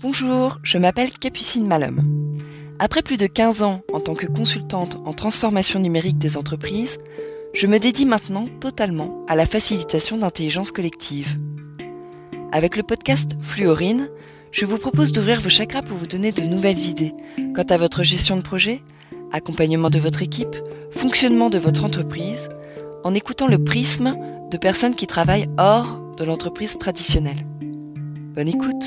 Bonjour, je m'appelle Capucine Malhomme. Après plus de 15 ans en tant que consultante en transformation numérique des entreprises, je me dédie maintenant totalement à la facilitation d'intelligence collective. Avec le podcast Fluorine, je vous propose d'ouvrir vos chakras pour vous donner de nouvelles idées quant à votre gestion de projet, accompagnement de votre équipe, fonctionnement de votre entreprise, en écoutant le prisme de personnes qui travaillent hors de l'entreprise traditionnelle. Bonne écoute!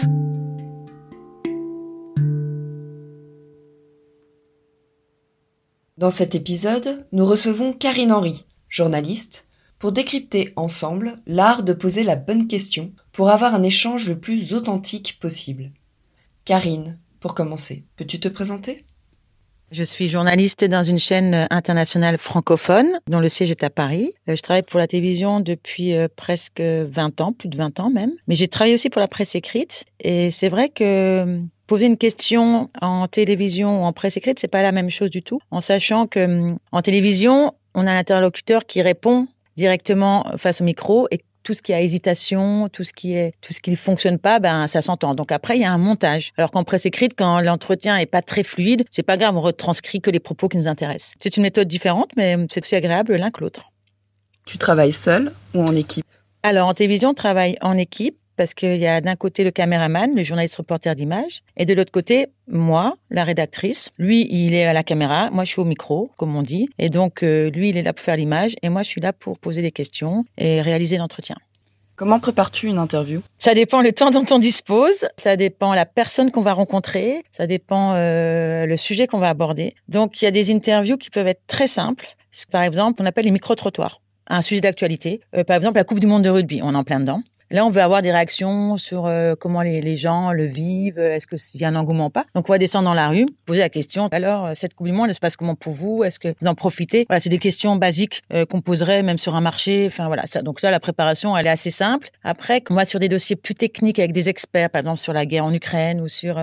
Dans cet épisode, nous recevons Karine Henry, journaliste, pour décrypter ensemble l'art de poser la bonne question pour avoir un échange le plus authentique possible. Karine, pour commencer, peux-tu te présenter ? Je suis journaliste dans une chaîne internationale francophone dont le siège est à Paris. Je travaille pour la télévision depuis presque 20 ans, plus de 20 ans même. Mais j'ai travaillé aussi pour la presse écrite. Et c'est vrai que poser une question en télévision ou en presse écrite, c'est pas la même chose du tout. En sachant que en télévision, on a l'interlocuteur qui répond directement face au micro et tout ce qui a hésitation, tout ce qui ne fonctionne pas, ça s'entend. Donc après, il y a un montage. Alors qu'en presse écrite, quand l'entretien est pas très fluide, c'est pas grave, on retranscrit que les propos qui nous intéressent. C'est une méthode différente, mais c'est aussi agréable l'un que l'autre. Tu travailles seule ou en équipe ? Alors en télévision, on travaille en équipe parce qu'il y a d'un côté le caméraman, le journaliste reporter d'image, et de l'autre côté, moi, la rédactrice. Lui, il est à la caméra, moi je suis au micro, comme on dit, et donc lui, il est là pour faire l'image, et moi je suis là pour poser des questions et réaliser l'entretien. Comment prépares-tu une interview ? Ça dépend le temps dont on dispose, ça dépend la personne qu'on va rencontrer, ça dépend le sujet qu'on va aborder. Donc il y a des interviews qui peuvent être très simples. Par exemple, on appelle les micro-trottoirs. Un sujet d'actualité, par exemple la Coupe du Monde de rugby, on est en plein dedans. Là, on veut avoir des réactions sur comment les gens le vivent, est-ce qu'il y a un engouement ou pas. Donc, on va descendre dans la rue, poser la question. Alors, cette Coupe du Monde, elle se passe comment pour vous ? Est-ce que vous en profitez ? Voilà, c'est des questions basiques qu'on poserait même sur un marché. Enfin, voilà. Donc, la préparation, elle est assez simple. Après, quand on va sur des dossiers plus techniques avec des experts, par exemple sur la guerre en Ukraine ou sur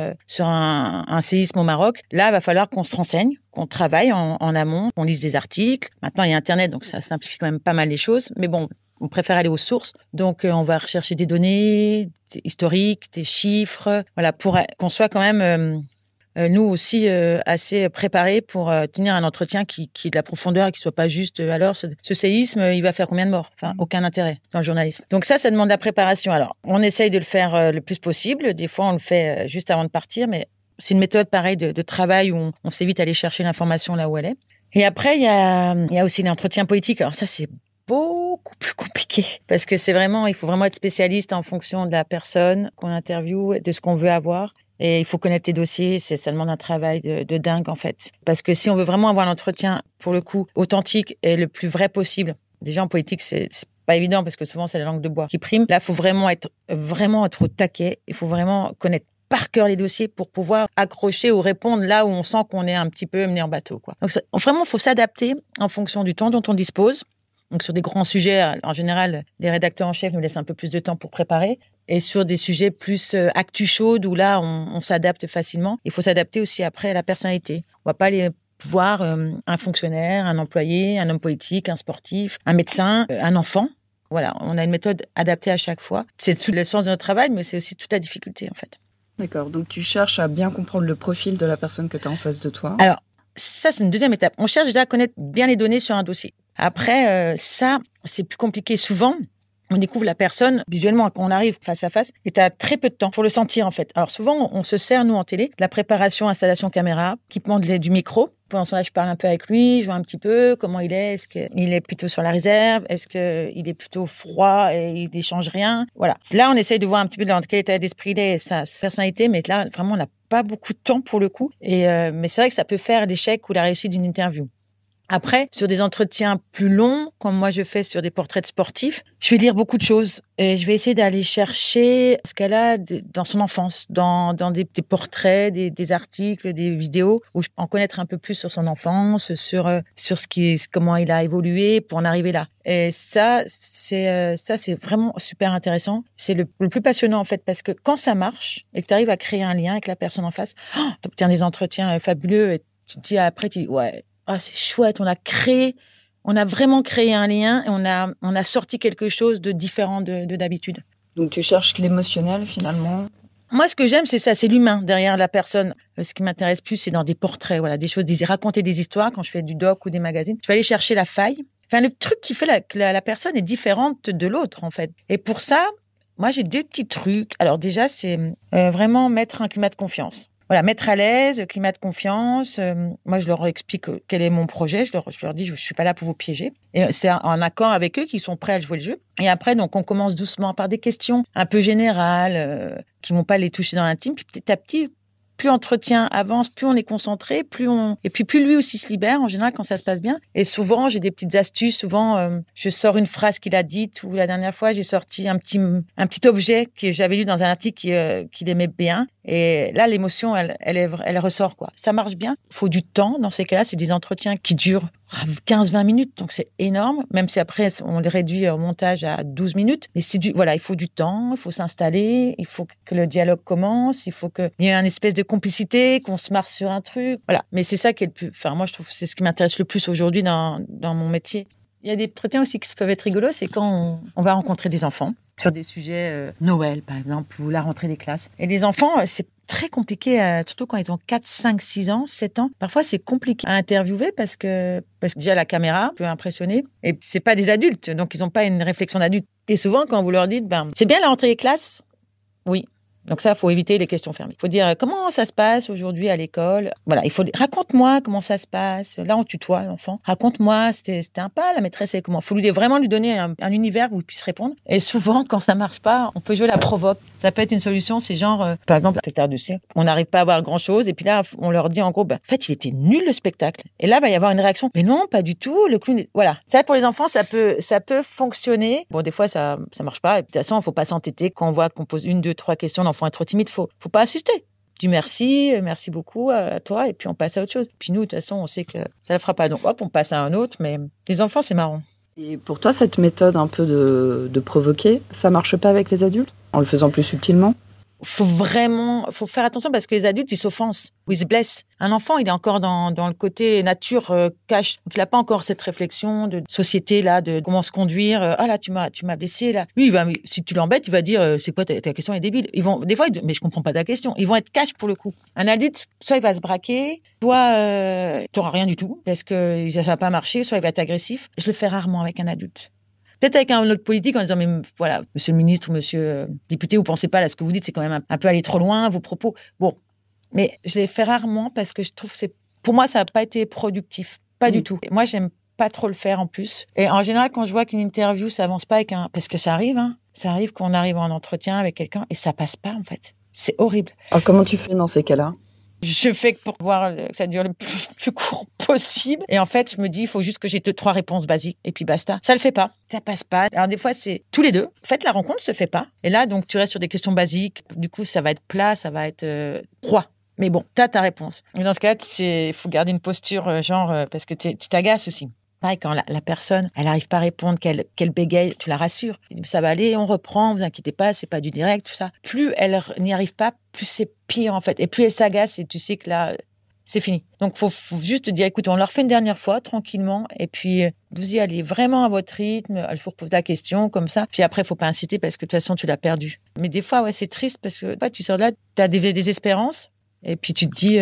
un séisme au Maroc, là, il va falloir qu'on se renseigne, qu'on travaille en amont, qu'on lise des articles. Maintenant, il y a Internet, donc ça simplifie quand même pas mal les choses. Mais bon, on préfère aller aux sources. Donc, on va rechercher des données historiques, des chiffres, voilà, pour qu'on soit quand même, nous aussi, assez préparés pour tenir un entretien qui ait de la profondeur et qui soit pas juste, alors, ce séisme, il va faire combien de morts ? Enfin, aucun intérêt dans le journalisme. Donc ça demande de la préparation. Alors, on essaye de le faire le plus possible. Des fois, on le fait juste avant de partir, mais c'est une méthode pareille de travail où on s'évite d'aller chercher l'information là où elle est. Et après, il y a aussi l'entretien politique. Alors ça, c'est beaucoup plus compliqué parce que il faut vraiment être spécialiste en fonction de la personne qu'on interviewe, de ce qu'on veut avoir. Et il faut connaître les dossiers, ça demande un travail de dingue en fait. Parce que si on veut vraiment avoir l'entretien, pour le coup, authentique et le plus vrai possible, déjà en politique, c'est pas évident parce que souvent c'est la langue de bois qui prime. Là, il faut vraiment être au taquet, il faut vraiment connaître par cœur les dossiers pour pouvoir accrocher ou répondre là où on sent qu'on est un petit peu mené en bateau, quoi. Donc vraiment, il faut s'adapter en fonction du temps dont on dispose. Donc sur des grands sujets, en général, les rédacteurs en chef nous laissent un peu plus de temps pour préparer. Et sur des sujets plus actu chaude, où là, on s'adapte facilement. Il faut s'adapter aussi après à la personnalité. On va pas aller voir un fonctionnaire, un employé, un homme politique, un sportif, un médecin, un enfant. Voilà, on a une méthode adaptée à chaque fois. C'est tout le sens de notre travail, mais c'est aussi toute la difficulté, en fait. D'accord, donc tu cherches à bien comprendre le profil de la personne que tu as en face de toi. Alors, ça, c'est une deuxième étape. On cherche déjà à connaître bien les données sur un dossier. Après, ça, c'est plus compliqué. Souvent, on découvre la personne visuellement quand on arrive face à face et t'as très peu de temps pour le sentir en fait. Alors souvent, on se sert, nous, en télé, de la préparation, installation caméra, équipement du micro. Pendant ce temps-là, je parle un peu avec lui, je vois un petit peu comment il est. Est-ce qu'il est plutôt sur la réserve ? Est-ce qu'il est plutôt froid et il n'échange rien ? Voilà. Là, on essaye de voir un petit peu dans quel état d'esprit il est, sa personnalité, mais là, vraiment, on n'a pas beaucoup de temps pour le coup. Mais c'est vrai que ça peut faire l'échec ou la réussite d'une interview. Après, sur des entretiens plus longs, comme moi je fais sur des portraits de sportifs, je vais lire beaucoup de choses et je vais essayer d'aller chercher ce qu'elle a dans son enfance, dans des portraits, des articles, des vidéos, où je peux en connaître un peu plus sur son enfance, sur comment il a évolué pour en arriver là. Et ça, c'est vraiment super intéressant. C'est le plus passionnant en fait, parce que quand ça marche et que tu arrives à créer un lien avec la personne en face, tu obtiens des entretiens fabuleux et tu te dis après, ouais. Ah, c'est chouette, on a vraiment créé un lien et on a sorti quelque chose de différent de d'habitude. Donc tu cherches l'émotionnel finalement ? Moi, ce que j'aime, c'est ça, c'est l'humain derrière la personne. Ce qui m'intéresse plus, c'est dans des portraits, voilà, des choses, raconter des histoires. Quand je fais du doc ou des magazines, je vais aller chercher la faille. Enfin, le truc qui fait que la personne est différente de l'autre, en fait. Et pour ça, moi, j'ai deux petits trucs. Alors déjà, c'est vraiment mettre un climat de confiance. Voilà, mettre à l'aise, climat de confiance. Moi, je leur explique quel est mon projet. Je leur dis, je suis pas là pour vous piéger. Et c'est en accord avec eux qui sont prêts à jouer le jeu. Et après, donc, on commence doucement par des questions un peu générales, qui vont pas les toucher dans l'intime. Puis petit à petit, plus l'entretien avance, plus on est concentré, et puis plus lui aussi se libère, en général, quand ça se passe bien. Et souvent, j'ai des petites astuces. Souvent, je sors une phrase qu'il a dite, ou la dernière fois, j'ai sorti un petit objet que j'avais lu dans un article qu'il aimait bien. Et là, l'émotion, elle ressort, quoi. Ça marche bien. Il faut du temps. Dans ces cas-là, c'est des entretiens qui durent 15-20 minutes. Donc, c'est énorme. Même si après, on les réduit au montage à 12 minutes. Mais voilà, il faut du temps. Il faut s'installer. Il faut que le dialogue commence. Il faut qu'il y ait une espèce de complicité, qu'on se marre sur un truc. Voilà. Mais c'est ça qui est le plus, enfin, moi, je trouve que c'est ce qui m'intéresse le plus aujourd'hui dans mon métier. Il y a des entretiens aussi qui peuvent être rigolos, c'est quand on va rencontrer des enfants sur des sujets Noël, par exemple, ou la rentrée des classes. Et les enfants, c'est très compliqué, surtout quand ils ont 4, 5, 6 ans, 7 ans. Parfois, c'est compliqué à interviewer parce que déjà la caméra peut impressionner. Et c'est pas des adultes, donc ils n'ont pas une réflexion d'adulte. Et souvent, quand vous leur dites, c'est bien la rentrée des classes? Oui. Donc ça, faut éviter les questions fermées. Faut dire comment ça se passe aujourd'hui à l'école. Voilà, raconte-moi comment ça se passe. Là, on tutoie l'enfant. Raconte-moi, c'était un pas, la maîtresse, comment. Faut vraiment lui donner un univers où il puisse répondre. Et souvent, quand ça marche pas, on peut jouer la provoque. Ça peut être une solution, c'est genre, par exemple, le spectacle de cirque. On n'arrive pas à voir grand-chose, et puis là, on leur dit en gros, en fait, il était nul le spectacle. Et là, va y avoir une réaction. Mais non, pas du tout. Le clown, voilà. Ça, pour les enfants, ça peut fonctionner. Bon, des fois, ça marche pas. Et de toute façon, il faut pas s'entêter. Quand on voit qu'on pose 1, 2, 3 questions, l'enfant est trop timide, faut pas assister. Du merci beaucoup à toi, et puis on passe à autre chose. Puis nous, de toute façon, on sait que ça le fera pas. Donc hop, on passe à un autre, mais les enfants, c'est marrant. Et pour toi, cette méthode un peu de provoquer, ça marche pas avec les adultes? En le faisant plus subtilement? Faut faire attention parce que les adultes, ils s'offensent ou ils se blessent. Un enfant, il est encore dans le côté nature cash. Donc, il n'a pas encore cette réflexion de société, là, de comment se conduire. Ah là, tu m'as blessé, là. Lui, si tu l'embêtes, il va dire, c'est quoi, ta question est débile. Des fois, mais je comprends pas ta question. Ils vont être cash pour le coup. Un adulte, soit il va se braquer, soit tu n'auras rien du tout parce que ça va pas marcher, soit il va être agressif. Je le fais rarement avec un adulte. Peut-être avec un autre politique en disant, mais voilà, monsieur le ministre ou monsieur député, vous pensez pas, là, ce que vous dites, c'est quand même un peu aller trop loin, vos propos. Bon, mais je les fais rarement parce que je trouve que pour moi, ça n'a pas été productif. Pas du tout. Et moi, j'aime pas trop le faire en plus. Et en général, quand je vois qu'une interview, ça avance pas parce que ça arrive, ça arrive qu'on arrive en entretien avec quelqu'un et ça passe pas, en fait. C'est horrible. Alors, comment tu fais dans ces cas-là? Je fais pour voir que ça dure le plus court possible. Et en fait, je me dis, il faut juste que j'ai 2-3 réponses basiques. Et puis basta. Ça le fait pas. Ça passe pas. Alors des fois, c'est tous les deux. En fait, la rencontre se fait pas. Et là, donc, tu restes sur des questions basiques. Du coup, ça va être plat, ça va être froid. Mais bon, t'as ta réponse. Et dans ce cas, il faut garder une posture parce que tu t'agaces aussi. Pareil, quand la personne, elle n'arrive pas à répondre, qu'elle bégaye, tu la rassures. Ça va aller, on reprend, vous inquiétez pas, c'est pas du direct, tout ça. Plus elle n'y arrive pas, plus c'est pire, en fait. Et plus elle s'agace, et tu sais que là, c'est fini. Donc, faut juste dire, écoute, on le refait une dernière fois, tranquillement, et puis vous y allez vraiment à votre rythme, je vous repose la question, comme ça. Puis après, faut pas inciter, parce que de toute façon, tu l'as perdu. Mais des fois, ouais, c'est triste, parce que tu sors de là, t'as des désespérances, et puis tu te dis,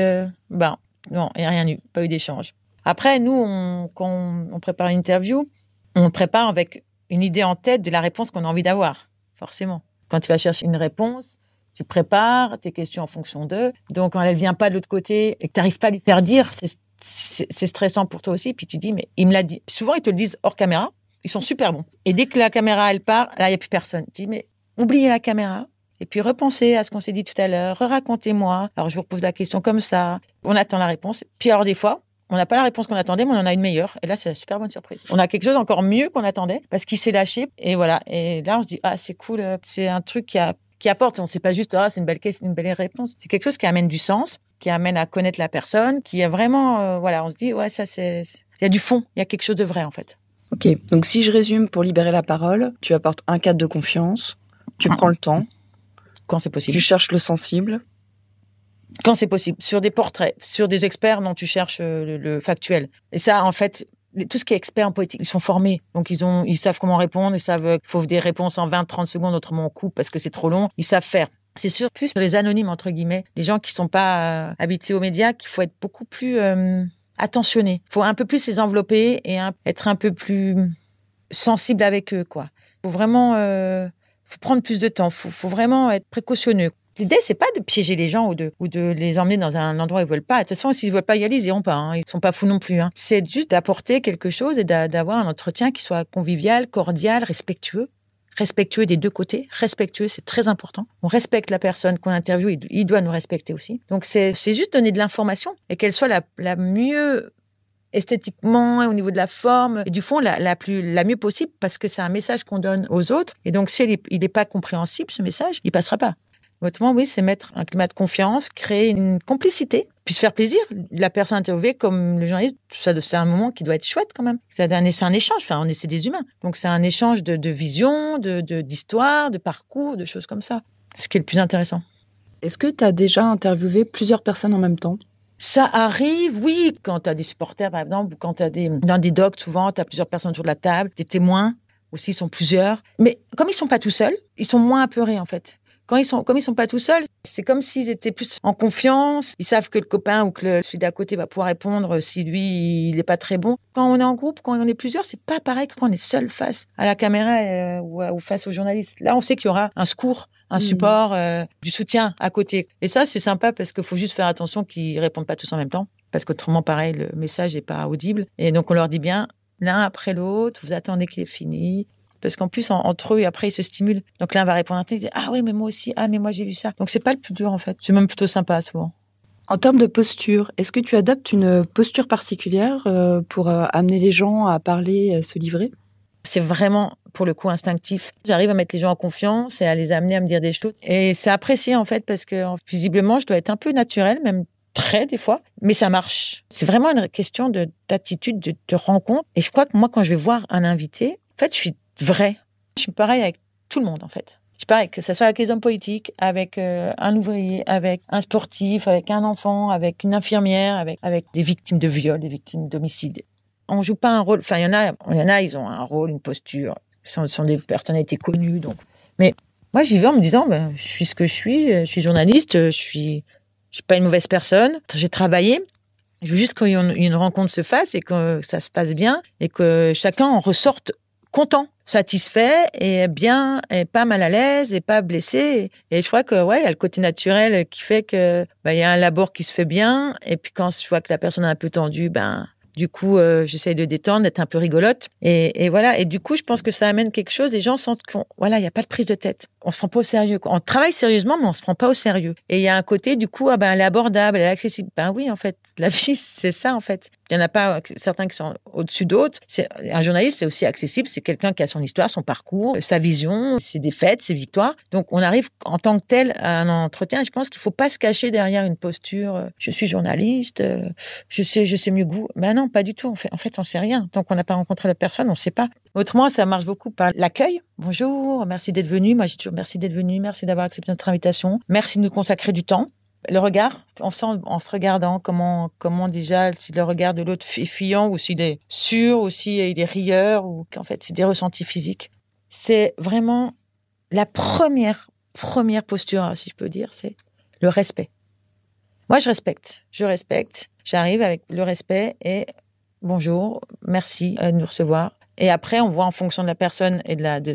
non, il n'y a rien eu, pas eu d'échange. Après, nous, quand on prépare une interview, on le prépare avec une idée en tête de la réponse qu'on a envie d'avoir, forcément. Quand tu vas chercher une réponse, tu prépares tes questions en fonction d'eux. Donc, quand elle ne vient pas de l'autre côté et que tu n'arrives pas à lui faire dire, c'est stressant pour toi aussi. Puis tu dis, mais il me l'a dit. Puis souvent, ils te le disent hors caméra. Ils sont super bons. Et dès que la caméra, elle part, là, il n'y a plus personne. Tu dis, mais oubliez la caméra. Et puis repensez à ce qu'on s'est dit tout à l'heure. Racontez-moi. Alors, je vous repose la question comme ça. On attend la réponse. Puis alors, des fois, on n'a pas la réponse qu'on attendait, mais on en a une meilleure. Et là, c'est la super bonne surprise. On a quelque chose encore mieux qu'on attendait parce qu'il s'est lâché. Et voilà. Et là, on se dit, c'est cool. C'est un truc qui apporte. On ne sait pas juste, c'est une belle réponse. C'est quelque chose qui amène du sens, qui amène à connaître la personne, qui est vraiment, on se dit, ça, il y a du fond. Il y a quelque chose de vrai, en fait. Ok. Donc, si je résume, pour libérer la parole, tu apportes un cadre de confiance, tu prends le temps. Quand c'est possible. Tu cherches le sensible. Quand c'est possible. Sur des portraits, sur des experts, non, tu cherches le factuel. Et ça, en fait, tout ce qui est expert en politique, ils sont formés. Donc, ils savent comment répondre. Ils savent qu'il faut des réponses en 20-30 secondes, autrement on coupe parce que c'est trop long. Ils savent faire. C'est sûr, plus pour les anonymes, entre guillemets, les gens qui sont pas habitués aux médias, qu'il faut être beaucoup plus attentionné. Il faut un peu plus les envelopper et être un peu plus sensible avec eux, quoi. Faut vraiment faut prendre plus de temps. Faut vraiment être précautionneux. L'idée, c'est pas de piéger les gens ou de les emmener dans un endroit où ils veulent pas. De toute façon, s'ils veulent pas y aller, ils iront pas. Hein. Ils sont pas fous non plus. Hein. C'est juste d'apporter quelque chose et d'avoir un entretien qui soit convivial, cordial, respectueux. Respectueux des deux côtés. Respectueux, c'est très important. On respecte la personne qu'on interviewe, il doit nous respecter aussi. Donc, c'est juste donner de l'information et qu'elle soit la mieux esthétiquement, au niveau de la forme et du fond, la mieux possible parce que c'est un message qu'on donne aux autres. Et donc, si il n'est pas compréhensible, ce message, il passera pas. Autrement, oui, c'est mettre un climat de confiance, créer une complicité, puis se faire plaisir. La personne interviewée, comme le journaliste, c'est un moment qui doit être chouette quand même. C'est un échange, enfin, c'est des humains. Donc, c'est un échange de vision, d'histoire, de parcours, de choses comme ça. Ce qui est le plus intéressant. Est-ce que tu as déjà interviewé plusieurs personnes en même temps ? Ça arrive, oui, quand tu as des supporters, par exemple, ou quand tu as dans des docs, souvent, tu as plusieurs personnes autour de la table, des témoins aussi, ils sont plusieurs. Mais comme ils sont pas tout seuls, ils sont moins apeurés, en fait. Comme ils sont pas tout seuls, c'est comme s'ils étaient plus en confiance. Ils savent que le copain ou que celui d'à côté va pouvoir répondre si lui, il est pas très bon. Quand on est en groupe, quand on est plusieurs, c'est pas pareil que quand on est seul face à la caméra ou face aux journalistes. Là, on sait qu'il y aura un secours, un support, du soutien à côté. Et ça, c'est sympa parce qu'il faut juste faire attention qu'ils répondent pas tous en même temps. Parce qu'autrement, pareil, le message est pas audible. Et donc, on leur dit bien, l'un après l'autre, vous attendez qu'il est fini. Parce qu'en plus, entre eux, après, ils se stimulent. Donc l'un va répondre à un truc, il dit « Ah oui, mais moi aussi. Ah, mais moi, j'ai vu ça. » Donc, c'est pas le plus dur, en fait. C'est même plutôt sympa, souvent. En termes de posture, est-ce que tu adoptes une posture particulière pour amener les gens à parler, à se livrer ? C'est vraiment, pour le coup, instinctif. J'arrive à mettre les gens en confiance et à les amener à me dire des choses. Et c'est apprécié, en fait, parce que visiblement, je dois être un peu naturelle, même très des fois, mais ça marche. C'est vraiment une question d'attitude, de rencontre. Et je crois que moi, quand je vais voir un invité, en fait, je suis vraie. Je suis pareil avec tout le monde, en fait. Je suis pareil, que ce soit avec les hommes politiques, avec un ouvrier, avec un sportif, avec un enfant, avec une infirmière, avec des victimes de viol, des victimes d'homicide. On joue pas un rôle. Enfin, il y en a, ils ont un rôle, une posture. Ce sont des personnalités connues, donc. Mais moi, j'y vais en me disant, je suis ce que je suis journaliste, je suis pas une mauvaise personne, j'ai travaillé. Je veux juste qu'une rencontre se fasse et que ça se passe bien et que chacun en ressorte content, satisfait et bien, et pas mal à l'aise et pas blessé. Et je crois que, il y a le côté naturel qui fait que, il y a un labeur qui se fait bien. Et puis quand je vois que la personne est un peu tendue, du coup, j'essaye de détendre, d'être un peu rigolote. Et voilà. Et du coup, je pense que ça amène quelque chose. Les gens sentent il n'y a pas de prise de tête. On se prend pas au sérieux, quoi. On travaille sérieusement, mais on se prend pas au sérieux. Et il y a un côté, du coup, elle est abordable, elle est accessible. Oui, en fait, la vie, c'est ça, en fait. Il y en a pas certains qui sont au-dessus d'autres. Un journaliste, c'est aussi accessible. C'est quelqu'un qui a son histoire, son parcours, sa vision, ses défaites, ses victoires. Donc, on arrive en tant que tel à un entretien. Et je pense qu'il faut pas se cacher derrière une posture. Je suis journaliste, je sais mieux que vous. Non, pas du tout. En fait, on sait rien. Tant qu'on n'a pas rencontré la personne, on sait pas. Autrement, ça marche beaucoup par l'accueil. Bonjour, merci d'être venu. Moi, j'ai toujours merci d'être venu. Merci d'avoir accepté notre invitation. Merci de nous consacrer du temps. Le regard, on sent en se regardant comment déjà, si le regard de l'autre est fuyant ou s'il est sûr ou s'il y a des rieurs ou qu'en fait, c'est des ressentis physiques. C'est vraiment la première posture, si je peux dire, c'est le respect. Moi, je respecte. J'arrive avec le respect et bonjour, merci de nous recevoir. Et après, on voit en fonction de la personne et de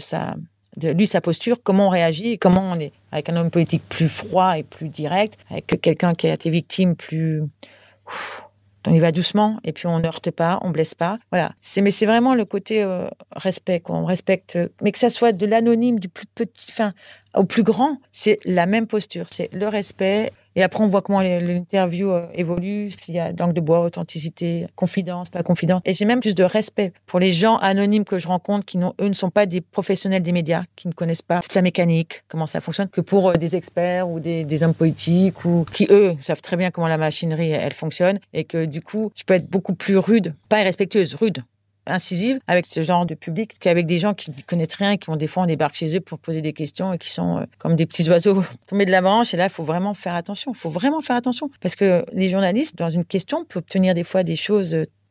sa posture, comment on réagit et comment on est. Avec un homme politique plus froid et plus direct, avec quelqu'un qui a été victime plus... on y va doucement et puis on ne heurte pas, on blesse pas. Voilà. Mais c'est vraiment le côté respect, quoi. On respecte, mais que ça soit de l'anonyme, du plus petit, au plus grand, c'est la même posture, c'est le respect. Et après, on voit comment l'interview évolue, s'il y a langue de bois, authenticité, confidence, pas confidence. Et j'ai même plus de respect pour les gens anonymes que je rencontre qui, eux, ne sont pas des professionnels des médias, qui ne connaissent pas toute la mécanique, comment ça fonctionne, que pour des experts ou des hommes politiques ou qui, eux, savent très bien comment la machinerie, elle fonctionne. Et que, du coup, je peux être beaucoup plus rude, pas irrespectueuse, rude, incisive avec ce genre de public qu'avec des gens qui ne connaissent rien, qui des fois on débarque chez eux pour poser des questions et qui sont comme des petits oiseaux tombés de la branche. Et là, il faut vraiment faire attention. Parce que les journalistes, dans une question, peuvent obtenir des fois des choses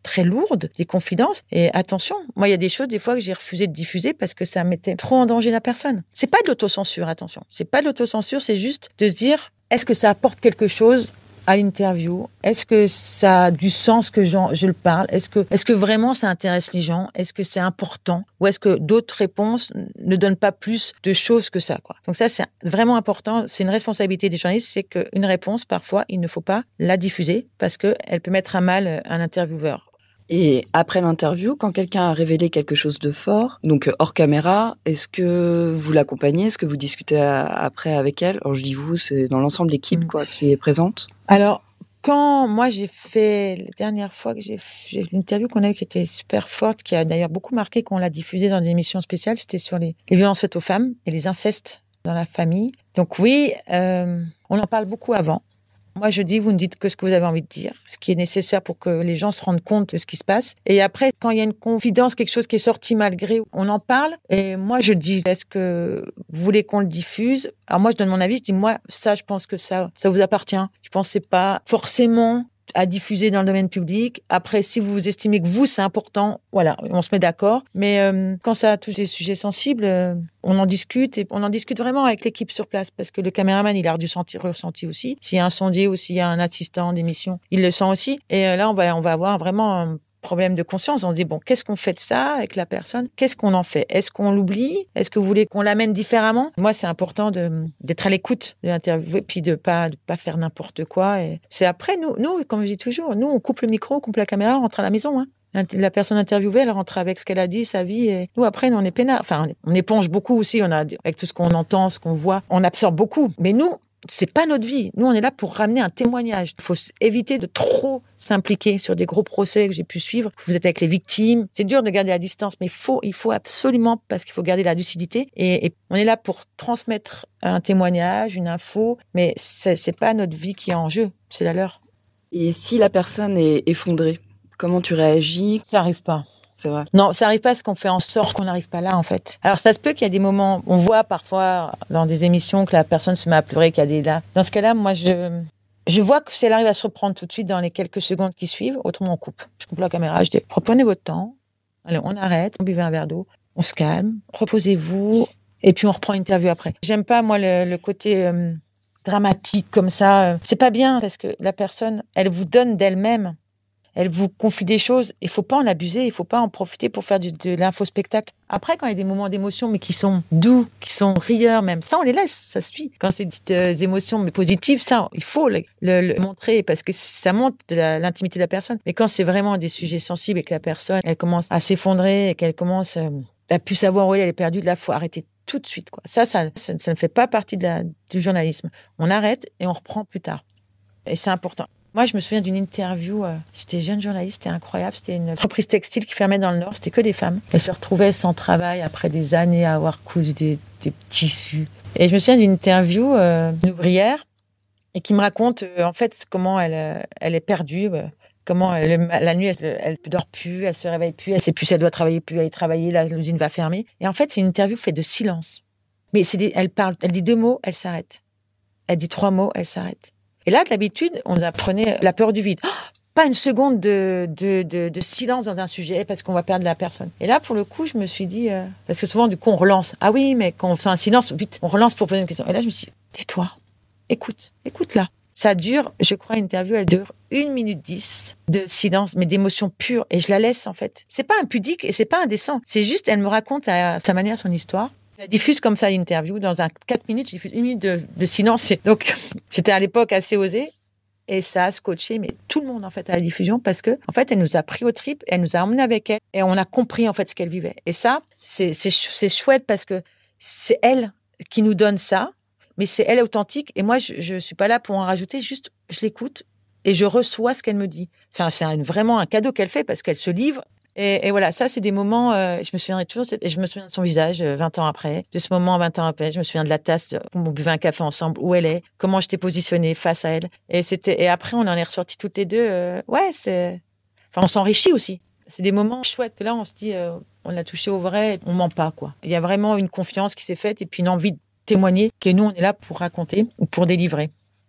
très lourdes, des confidences. Et attention, moi, il y a des choses, des fois, que j'ai refusé de diffuser parce que ça mettait trop en danger la personne. C'est pas de l'autocensure, attention. C'est pas de l'autocensure, c'est juste de se dire, est-ce que ça apporte quelque chose à l'interview? Est-ce que ça a du sens que je le parle? Est-ce que vraiment ça intéresse les gens? Est-ce que c'est important? Ou est-ce que d'autres réponses ne donnent pas plus de choses que ça, quoi? Donc ça, c'est vraiment important. C'est une responsabilité des journalistes, c'est qu'une réponse, parfois, il ne faut pas la diffuser parce qu'elle peut mettre à mal un intervieweur. Et après l'interview, quand quelqu'un a révélé quelque chose de fort, donc hors caméra, est-ce que vous l'accompagnez? Est-ce que vous discutez après avec elle? Alors je dis vous, c'est dans l'ensemble de l'équipe quoi, qui est présente. Alors, quand moi j'ai fait, la dernière fois que j'ai l'interview qu'on a eue qui était super forte, qui a d'ailleurs beaucoup marqué, qu'on l'a diffusée dans des émissions spéciales, c'était sur les violences faites aux femmes et les incestes dans la famille. Donc oui, on en parle beaucoup avant. Moi, je dis, vous ne dites que ce que vous avez envie de dire, ce qui est nécessaire pour que les gens se rendent compte de ce qui se passe. Et après, quand il y a une confidence, quelque chose qui est sorti malgré, on en parle. Et moi, je dis, est-ce que vous voulez qu'on le diffuse? Alors moi, je donne mon avis. Je dis, moi, ça, je pense que ça vous appartient. Je pense que c'est pas forcément à diffuser dans le domaine public. Après, si vous estimez que vous, c'est important, voilà, on se met d'accord. Mais quand ça touche des sujets sensibles, on en discute et on en discute vraiment avec l'équipe sur place parce que le caméraman, il a du ressenti aussi. S'il y a un sondier ou s'il y a un assistant d'émission, il le sent aussi. Et là, on va avoir vraiment un problème de conscience. On se dit, bon, qu'est-ce qu'on fait de ça avec la personne? Qu'est-ce qu'on en fait? Est-ce qu'on l'oublie? Est-ce que vous voulez qu'on l'amène différemment? Moi, c'est important d'être à l'écoute de l'interview et puis de pas faire n'importe quoi. Et c'est après, nous, comme je dis toujours, nous, on coupe le micro, on coupe la caméra, on rentre à la maison, hein. La personne interviewée, elle rentre avec ce qu'elle a dit, sa vie. Et nous, après, nous, on est peinards. Enfin, on éponge beaucoup aussi. Avec tout ce qu'on entend, ce qu'on voit, on absorbe beaucoup. Mais nous, c'est pas notre vie. Nous, on est là pour ramener un témoignage. Il faut éviter de trop s'impliquer sur des gros procès que j'ai pu suivre. Vous êtes avec les victimes. C'est dur de garder la distance, mais il faut absolument, parce qu'il faut garder la lucidité. Et on est là pour transmettre un témoignage, une info, mais c'est pas notre vie qui est en jeu. C'est la leur. Et si la personne est effondrée, comment tu réagis? Ça arrive pas. C'est vrai. Non, ça arrive pas parce qu'on fait en sorte qu'on n'arrive pas là, en fait. Alors, ça se peut qu'il y a des moments, on voit parfois dans des émissions que la personne se met à pleurer, qu'il y a des là. Dans ce cas-là, moi, je vois que si elle arrive à se reprendre tout de suite dans les quelques secondes qui suivent, autrement on coupe. Je coupe la caméra, je dis, prenez votre temps. Allez, on arrête, on buvez un verre d'eau, on se calme, reposez-vous, et puis on reprend l'interview après. J'aime pas, moi, le côté dramatique comme ça. C'est pas bien parce que la personne, elle vous donne d'elle-même. Elle vous confie des choses. Il faut pas en abuser. Il faut pas en profiter pour faire de l'infospectacle. Après, quand il y a des moments d'émotion, mais qui sont doux, qui sont rieurs même, ça, on les laisse. Ça suffit. Quand c'est des émotions mais positives, ça, il faut le montrer parce que ça montre l'intimité de la personne. Mais quand c'est vraiment des sujets sensibles et que la personne, elle commence à s'effondrer et qu'elle commence à plus savoir où elle est perdue, là, faut arrêter tout de suite, quoi. Ça ne fait pas partie du journalisme. On arrête et on reprend plus tard. Et c'est important. Moi, je me souviens d'une interview, j'étais jeune journaliste, c'était incroyable, c'était une entreprise textile qui fermait dans le Nord, c'était que des femmes. Elles se retrouvaient sans travail après des années à avoir cousu des tissus. Et je me souviens d'une interview d'une ouvrière et qui me raconte en fait comment elle est perdue, comment la nuit elle ne dort plus, elle se réveille plus, elle sait plus si elle doit travailler, plus aller travailler, l'usine va fermer. Et en fait, c'est une interview faite de silence. Mais elle dit 2 mots, elle s'arrête. Elle dit 3 mots, elle s'arrête. Et là, d'habitude, on apprenait la peur du vide. Oh, pas une seconde de silence dans un sujet parce qu'on va perdre la personne. Et là, pour le coup, je me suis dit, parce que souvent, du coup, on relance. Ah oui, mais quand on fait un silence, vite, on relance pour poser une question. Et là, je me suis dit, tais-toi, écoute là. Ça dure, je crois, une interview, elle dure 1 minute 10 de silence, mais d'émotion pure. Et je la laisse, en fait. C'est pas impudique et c'est pas indécent. C'est juste, elle me raconte à sa manière son histoire. Je la diffuse comme ça l'interview dans 4 minutes, j'ai fait 1 minute de silence. Donc, c'était à l'époque assez osé. Et ça a scotché, mais tout le monde, en fait, à la diffusion parce que, en fait, elle nous a pris aux tripes, elle nous a emmenés avec elle et on a compris, en fait, ce qu'elle vivait. Et ça, c'est chouette parce que c'est elle qui nous donne ça, mais c'est elle authentique. Et moi, je suis pas là pour en rajouter, juste, je l'écoute et je reçois ce qu'elle me dit. Enfin, c'est vraiment un cadeau qu'elle fait parce qu'elle se livre. Et voilà, ça, c'est des moments, je me souviendrai toujours, et je me souviens de son visage 20 ans après, de ce moment 20 ans après, je me souviens de la tasse, on buvait un café ensemble, où elle est, comment j'étais positionnée face à elle. Et après, on en est ressortis toutes les deux, on s'enrichit aussi. C'est des moments chouettes que là, on se dit, on a touché au vrai, on ment pas, quoi. Il y a vraiment une confiance qui s'est faite et puis une envie de témoigner que nous, on est là pour raconter ou pour délivrer.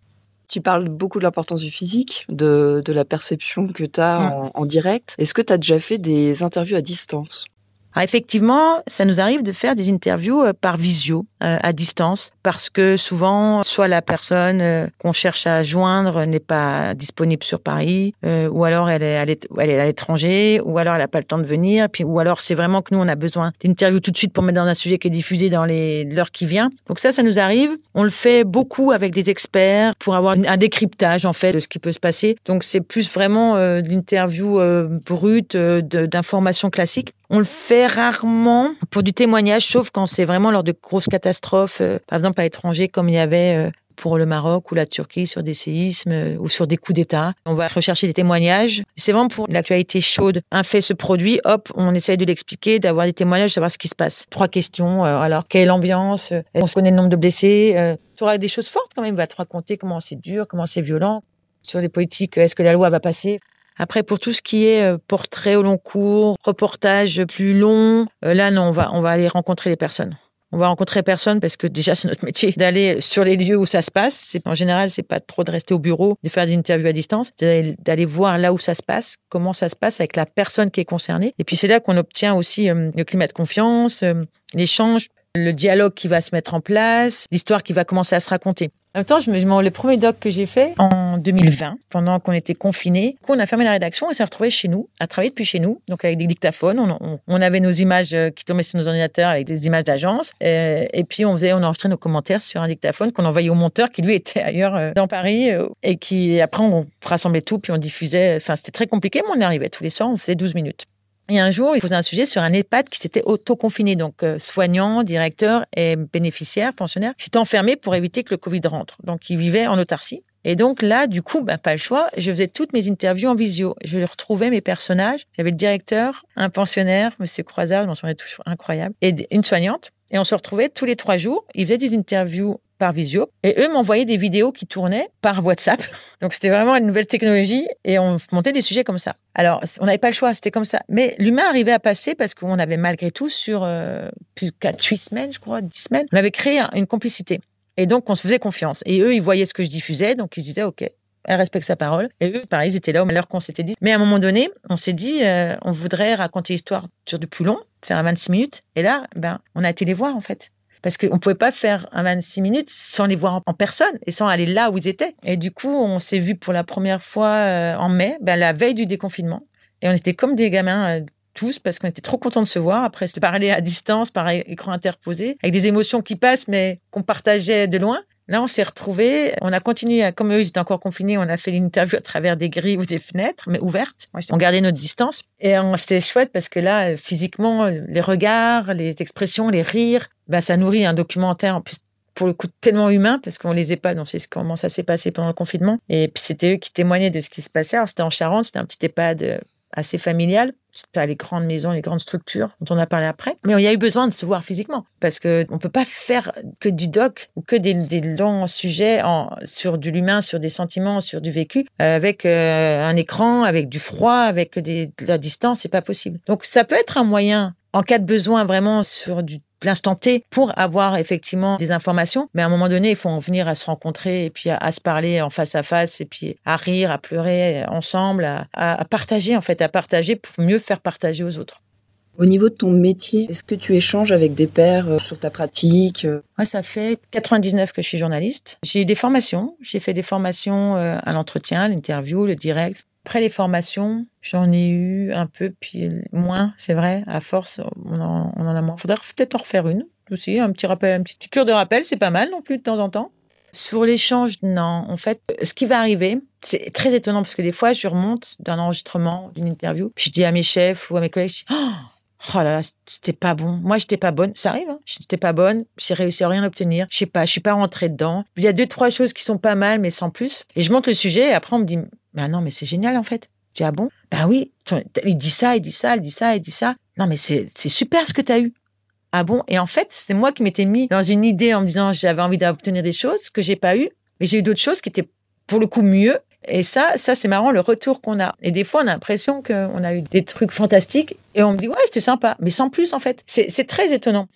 Tu parles beaucoup de l'importance du physique, de la perception que tu as en direct. Est-ce que tu as déjà fait des interviews à distance ? Alors effectivement, ça nous arrive de faire des interviews par visio, à distance, parce que souvent, soit la personne qu'on cherche à joindre n'est pas disponible sur Paris, ou alors elle est à l'étranger, ou alors elle n'a pas le temps de venir, ou alors c'est vraiment que nous, on a besoin d'interview tout de suite pour mettre dans un sujet qui est diffusé dans l'heure qui vient. Donc ça nous arrive. On le fait beaucoup avec des experts pour avoir un décryptage, en fait, de ce qui peut se passer. Donc c'est plus vraiment l'interview brute d'informations classiques. On le fait rarement pour du témoignage, sauf quand c'est vraiment lors de grosses catastrophes, par exemple à l'étranger, comme il y avait pour le Maroc ou la Turquie sur des séismes ou sur des coups d'État. On va rechercher des témoignages. C'est vraiment pour l'actualité chaude. Un fait se produit, hop, on essaye de l'expliquer, d'avoir des témoignages, de savoir ce qui se passe. 3 questions. Alors, quelle est l'ambiance ? On se connaît le nombre de blessés. Tu auras des choses fortes quand même. Il va te raconter comment c'est dur, comment c'est violent. Sur les politiques, est-ce que la loi va passer ? Après, pour tout ce qui est portrait au long cours, reportage plus long, là, non, on va aller rencontrer les personnes. On va rencontrer personne parce que déjà, c'est notre métier d'aller sur les lieux où ça se passe. En général, c'est pas trop de rester au bureau, de faire des interviews à distance, c'est d'aller voir là où ça se passe, comment ça se passe avec la personne qui est concernée. Et puis, c'est là qu'on obtient aussi le climat de confiance, l'échange, le dialogue qui va se mettre en place, l'histoire qui va commencer à se raconter. En même temps, le premier doc que j'ai fait en 2020, pendant qu'on était confinés, on a fermé la rédaction et s'est retrouvé chez nous, à travailler depuis chez nous, donc avec des dictaphones. On avait nos images qui tombaient sur nos ordinateurs avec des images d'agence, et puis on enregistrait nos commentaires sur un dictaphone qu'on envoyait au monteur qui lui était ailleurs dans Paris, et qui après on rassemblait tout puis on diffusait. Enfin, c'était très compliqué, mais on y arrivait tous les soirs, on faisait 12 minutes. Et un jour, il faisait un sujet sur un EHPAD qui s'était auto-confiné, donc soignants, directeurs et bénéficiaires, pensionnaires, qui s'étaient enfermés pour éviter que le Covid rentre. Donc, ils vivaient en autarcie. Et donc là, du coup, pas le choix, je faisais toutes mes interviews en visio. Je retrouvais mes personnages. J'avais le directeur, un pensionnaire, Monsieur Croizard, je m'en souviens toujours, incroyable, et une soignante. Et on se retrouvait tous les 3 jours. Ils faisaient des interviews par visio. Et eux m'envoyaient des vidéos qui tournaient par WhatsApp. Donc, c'était vraiment une nouvelle technologie et on montait des sujets comme ça. Alors, on n'avait pas le choix, c'était comme ça. Mais l'humain arrivait à passer parce qu'on avait malgré tout sur plus de 8 semaines, je crois, 10 semaines, on avait créé une complicité. Et donc, on se faisait confiance. Et eux, ils voyaient ce que je diffusais, donc ils se disaient, OK, elle respecte sa parole. Et eux, pareil, ils étaient là à l'heure qu'on s'était dit. Mais à un moment donné, on s'est dit, on voudrait raconter l'histoire sur du plus long, faire un 26 minutes. Et là, on a été les voir, en fait. Parce qu'on ne pouvait pas faire un 26 minutes sans les voir en personne et sans aller là où ils étaient. Et du coup, on s'est vus pour la première fois en mai, la veille du déconfinement. Et on était comme des gamins tous parce qu'on était trop contents de se voir. Après, c'était parler à distance, par écran interposé, avec des émotions qui passent mais qu'on partageait de loin. Là, on s'est retrouvés, on a continué, comme eux, ils étaient encore confinés, on a fait l'interview à travers des grilles ou des fenêtres, mais ouvertes. On gardait notre distance. Et c'était chouette parce que là, physiquement, les regards, les expressions, les rires, ça nourrit un documentaire, en plus, pour le coup, tellement humain, parce qu'on les EHPAD, on sait comment ça s'est passé pendant le confinement. Et puis, c'était eux qui témoignaient de ce qui se passait. Alors, c'était en Charente, c'était un petit EHPAD assez familial. C'est pas les grandes maisons, les grandes structures dont on a parlé après. Mais il y a eu besoin de se voir physiquement parce que on peut pas faire que du doc ou que des longs sujets sur de l'humain, sur des sentiments, sur du vécu avec un écran, avec du froid, avec de la distance. C'est pas possible. Donc, ça peut être un moyen en cas de besoin vraiment sur de l'instant T pour avoir effectivement des informations. Mais à un moment donné, il faut en venir à se rencontrer et puis à se parler en face à face et puis à rire, à pleurer ensemble, à partager en fait, à partager pour mieux faire partager aux autres. Au niveau de ton métier, est-ce que tu échanges avec des pairs sur ta pratique ? Moi, ça fait 99 que je suis journaliste. J'ai eu des formations. J'ai fait des formations à l'entretien, l'interview, le direct. Après les formations, j'en ai eu un peu, puis moins, c'est vrai. À force, on en a moins. Faudrait peut-être en refaire une aussi, un petit rappel, une petite cure de rappel, c'est pas mal non plus de temps en temps. Sur l'échange, non. En fait, ce qui va arriver, c'est très étonnant parce que des fois, je remonte d'un enregistrement, d'une interview, puis je dis à mes chefs ou à mes collègues, je dis, oh là là, c'était pas bon. Moi, j'étais pas bonne. Ça arrive, hein. J'étais pas bonne. J'ai réussi à rien obtenir. Je sais pas, je suis pas rentrée dedans. Il y a 2-3 choses qui sont pas mal, mais sans plus. Et je monte le sujet et après, on me dit, non, mais c'est génial, en fait. Je dis, ah bon? Oui. Il dit ça, il dit ça, il dit ça, il dit ça. Non, mais c'est super ce que t'as eu. Ah bon? Et en fait, c'est moi qui m'étais mis dans une idée en me disant, j'avais envie d'obtenir des choses que j'ai pas eu. Mais j'ai eu d'autres choses qui étaient, pour le coup, mieux. Et ça, c'est marrant, le retour qu'on a. Et des fois, on a l'impression qu'on a eu des trucs fantastiques et on me dit, ouais, c'était sympa. Mais sans plus, en fait. C'est très étonnant.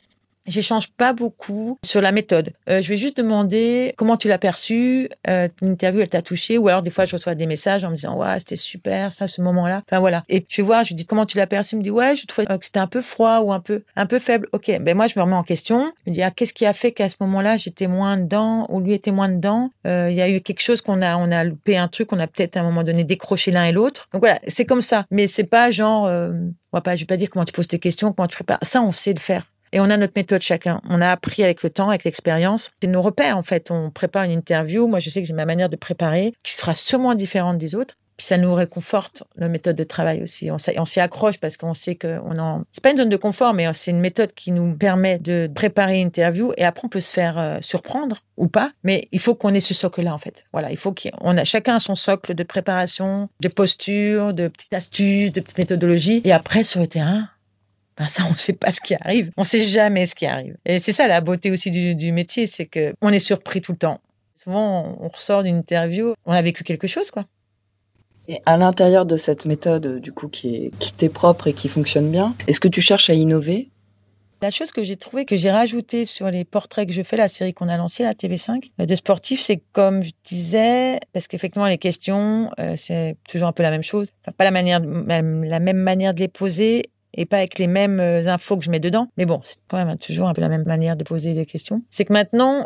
J'échange pas beaucoup sur la méthode. Je vais juste demander comment tu l'as perçu, l'interview elle t'a touché, ou alors des fois je reçois des messages en me disant ouais c'était super ça ce moment-là. Enfin voilà. Et je vais voir, je lui dis comment tu l'as perçu, il me dit ouais je trouvais que c'était un peu froid ou un peu faible. Ok, ben moi je me remets en question. Je me dis qu'est-ce qui a fait qu'à ce moment-là j'étais moins dedans ou lui était moins dedans. Il y a eu quelque chose on a loupé un truc, on a peut-être à un moment donné décroché l'un et l'autre. Donc voilà, c'est comme ça. Mais c'est pas genre, je vais pas dire comment tu poses tes questions, comment tu prépares. Ça on sait le faire. Et on a notre méthode chacun. On a appris avec le temps, avec l'expérience. C'est nos repères, en fait. On prépare une interview. Moi, je sais que j'ai ma manière de préparer, qui sera sûrement différente des autres. Puis ça nous réconforte, notre méthode de travail aussi. On s'y accroche parce qu'on sait c'est pas une zone de confort, mais c'est une méthode qui nous permet de préparer une interview. Et après, on peut se faire surprendre ou pas. Mais il faut qu'on ait ce socle-là, en fait. Voilà. Il faut qu'on a chacun son socle de préparation, de posture, de petites astuces, de petites méthodologies. Et après, sur le terrain, ça, on ne sait pas ce qui arrive. On ne sait jamais ce qui arrive. Et c'est ça la beauté aussi du métier, c'est que on est surpris tout le temps. Souvent, on ressort d'une interview, on a vécu quelque chose, quoi. Et à l'intérieur de cette méthode, du coup, qui t'est propre et qui fonctionne bien, est-ce que tu cherches à innover ? La chose que j'ai trouvée, que j'ai rajoutée sur les portraits que je fais, la série qu'on a lancée, la TV5, de sportifs, c'est comme je disais, parce qu'effectivement, les questions, c'est toujours un peu la même chose. Enfin, pas la même manière de les poser, et pas avec les mêmes infos que je mets dedans. Mais bon, c'est quand même toujours un peu la même manière de poser des questions. C'est que maintenant,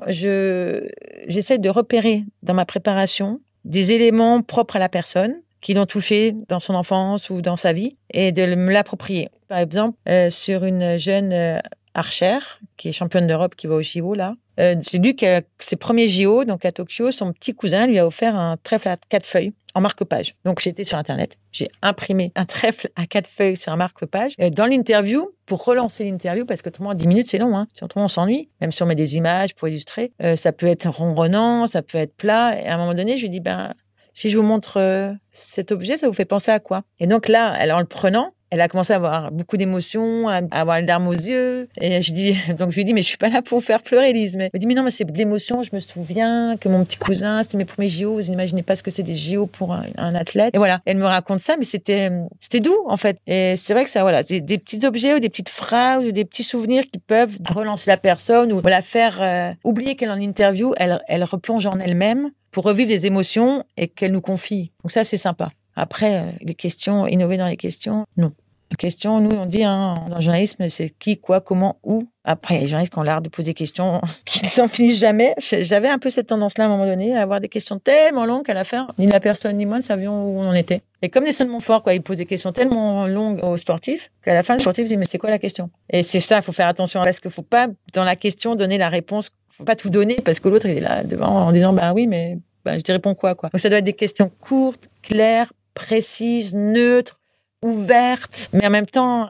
j'essaie de repérer dans ma préparation des éléments propres à la personne qui l'ont touché dans son enfance ou dans sa vie et de me l'approprier. Par exemple, sur une jeune archère qui est championne d'Europe qui va au JO là, j'ai lu qu'à ses premiers JO, donc à Tokyo, son petit cousin lui a offert un trèfle à 4 feuilles en marque-page. Donc j'étais sur Internet, j'ai imprimé un trèfle à 4 feuilles sur un marque-page. Et dans l'interview, pour relancer l'interview, parce que autrement 10 minutes c'est long, hein. Si autrement on s'ennuie, même si on met des images pour illustrer, ça peut être ronronnant, ça peut être plat. Et à un moment donné, je lui dis si je vous montre cet objet, ça vous fait penser à quoi? Et donc là, en le prenant, elle a commencé à avoir beaucoup d'émotions, à avoir les larmes aux yeux. Et je lui dis, mais je suis pas là pour vous faire pleurer, Lise. Mais elle me dit, mais non, mais c'est de l'émotion. Je me souviens que mon petit cousin, c'était mes premiers JO. Vous n'imaginez pas ce que c'est des JO pour un athlète. Et voilà. Elle me raconte ça, mais c'était doux, en fait. Et c'est vrai que ça, voilà, c'est des petits objets ou des petites phrases ou des petits souvenirs qui peuvent relancer la personne ou la faire oublier qu'elle est en interview. Elle replonge en elle-même pour revivre des émotions et qu'elle nous confie. Donc ça, c'est sympa. Après, les questions, innover dans les questions, non. Les questions, nous, on dit, dans le journalisme, c'est qui, quoi, comment, où. Après, il y a les journalistes qui ont l'art de poser des questions qui ne s'en finissent jamais. J'avais un peu cette tendance-là, à un moment donné, à avoir des questions tellement longues qu'à la fin, ni la personne ni moi ne savions où on en était. Et comme Nelson Montfort, quoi, il pose des questions tellement longues aux sportifs qu'à la fin, le sportif dit, mais c'est quoi la question? Et c'est ça, il faut faire attention, parce qu'il faut pas, dans la question, donner la réponse. Faut pas tout donner, parce que l'autre, il est là devant, en disant, oui, mais, je te réponds quoi. Donc ça doit être des questions courtes, claires, précises, neutres, ouvertes, mais en même temps,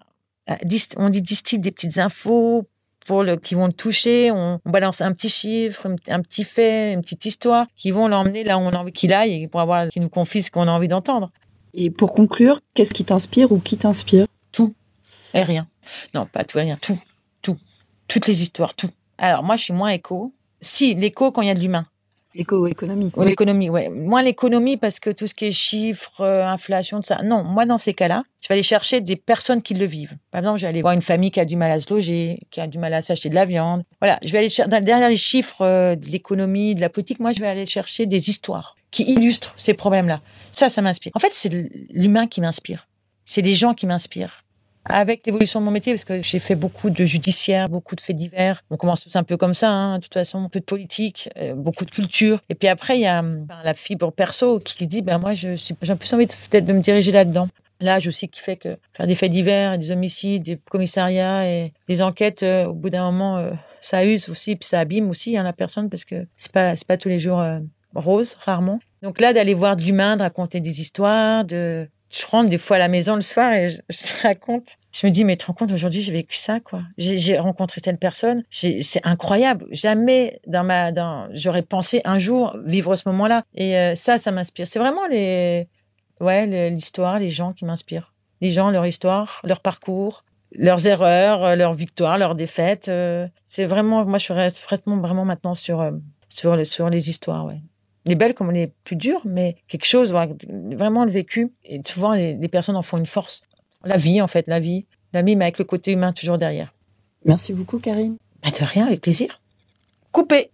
on distille des petites infos qui vont le toucher, on balance un petit chiffre, un petit fait, une petite histoire, qui vont l'emmener là où on a envie qu'il aille et qui nous confie ce qu'on a envie d'entendre. Et pour conclure, qu'est-ce qui t'inspire ou qui t'inspire? Tout et rien. Non, pas tout et rien, tout. Toutes les histoires, tout. Alors moi, je suis moins éco. Si, l'éco quand il y a de l'humain. L'économie. Oui. L'économie, ouais. Moins l'économie parce que tout ce qui est chiffres, inflation, tout ça. Non, moi, dans ces cas-là, je vais aller chercher des personnes qui le vivent. Par exemple, je vais aller voir une famille qui a du mal à se loger, qui a du mal à s'acheter de la viande. Voilà, je vais aller chercher, derrière les chiffres de l'économie, de la politique, moi, je vais aller chercher des histoires qui illustrent ces problèmes-là. Ça m'inspire. En fait, c'est l'humain qui m'inspire. C'est les gens qui m'inspirent. Avec l'évolution de mon métier, parce que j'ai fait beaucoup de judiciaire, beaucoup de faits divers. On commence tous un peu comme ça, de toute façon, un peu de politique, beaucoup de culture. Et puis après, il y a la fibre perso qui dit, moi, j'ai plus envie peut-être de me diriger là-dedans. L'âge aussi qui fait que faire des faits divers, des homicides, des commissariats et des enquêtes, au bout d'un moment, ça use aussi, puis ça abîme aussi la personne, parce que c'est pas tous les jours rose, rarement. Donc là, d'aller voir de l'humain, de raconter des histoires, je rentre des fois à la maison le soir et je raconte. Je me dis, mais tu te rends compte, aujourd'hui, j'ai vécu ça, quoi. J'ai rencontré telle personne. C'est incroyable. Jamais j'aurais pensé un jour vivre ce moment-là. Et ça m'inspire. C'est vraiment l'histoire, les gens qui m'inspirent. Les gens, leur histoire, leur parcours, leurs erreurs, leurs victoires, leurs défaites. C'est vraiment, moi, je suis vraiment maintenant sur les histoires, ouais. Les belles comme les plus dures, mais quelque chose, vraiment le vécu. Et souvent, les personnes en font une force. La vie, mais avec le côté humain toujours derrière. Merci beaucoup, Karine. De rien, avec plaisir. Coupez.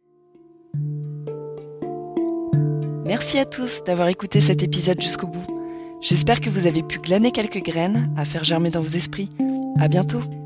Merci à tous d'avoir écouté cet épisode jusqu'au bout. J'espère que vous avez pu glaner quelques graines à faire germer dans vos esprits. À bientôt.